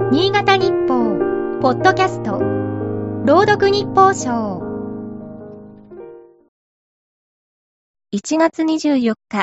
新潟日報ポッドキャスト朗読日報賞 1月24日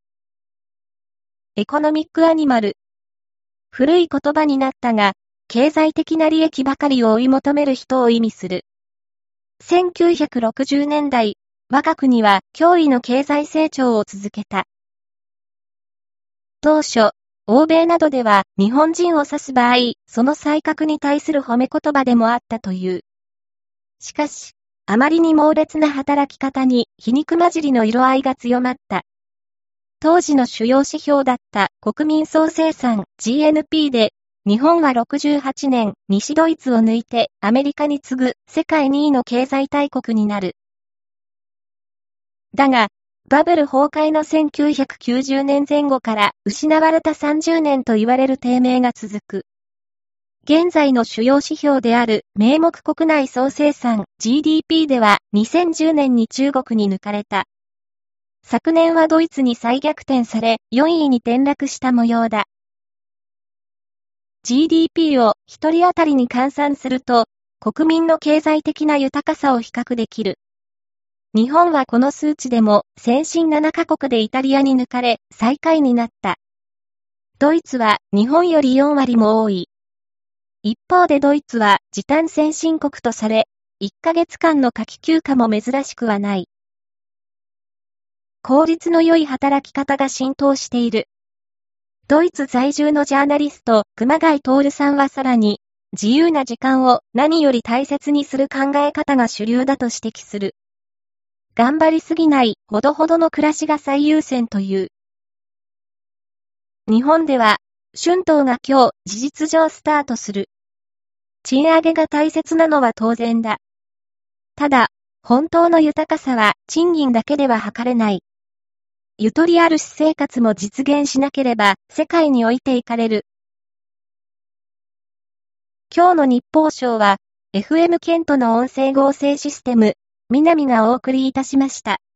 エコノミックアニマル。古い言葉になったが経済的な利益ばかりを追い求める人を意味する。1960年代我が国は驚異の経済成長を続けた。当初欧米などでは日本人を指す場合、その才覚に対する褒め言葉でもあったという。しかし、あまりに猛烈な働き方に皮肉混じりの色合いが強まった。当時の主要指標だった国民総生産 GNP で、日本は68年、西ドイツを抜いてアメリカに次ぐ世界2位の経済大国になる。だが、バブル崩壊の1990年前後から失われた30年と言われる低迷が続く。現在の主要指標である名目国内総生産 GDP では2010年に中国に抜かれた。昨年はドイツに再逆転され4位に転落した模様だ。GDP を一人当たりに換算すると国民の経済的な豊かさを比較できる。日本はこの数値でも先進7カ国でイタリアに抜かれ最下位になった。ドイツは日本より4割も多い。一方でドイツは時短先進国とされ、1ヶ月間の夏季休暇も珍しくはない。効率の良い働き方が浸透している。ドイツ在住のジャーナリスト熊谷徹さんはさらに、自由な時間を何より大切にする考え方が主流だと指摘する。頑張りすぎない、ほどほどの暮らしが最優先という。日本では、春闘が今日、事実上スタートする。賃上げが大切なのは当然だ。ただ、本当の豊かさは賃金だけでは測れない。ゆとりある私生活も実現しなければ、世界に置いていかれる。今日の日報賞は、FM ケントの音声合成システム、南がお送りいたしました。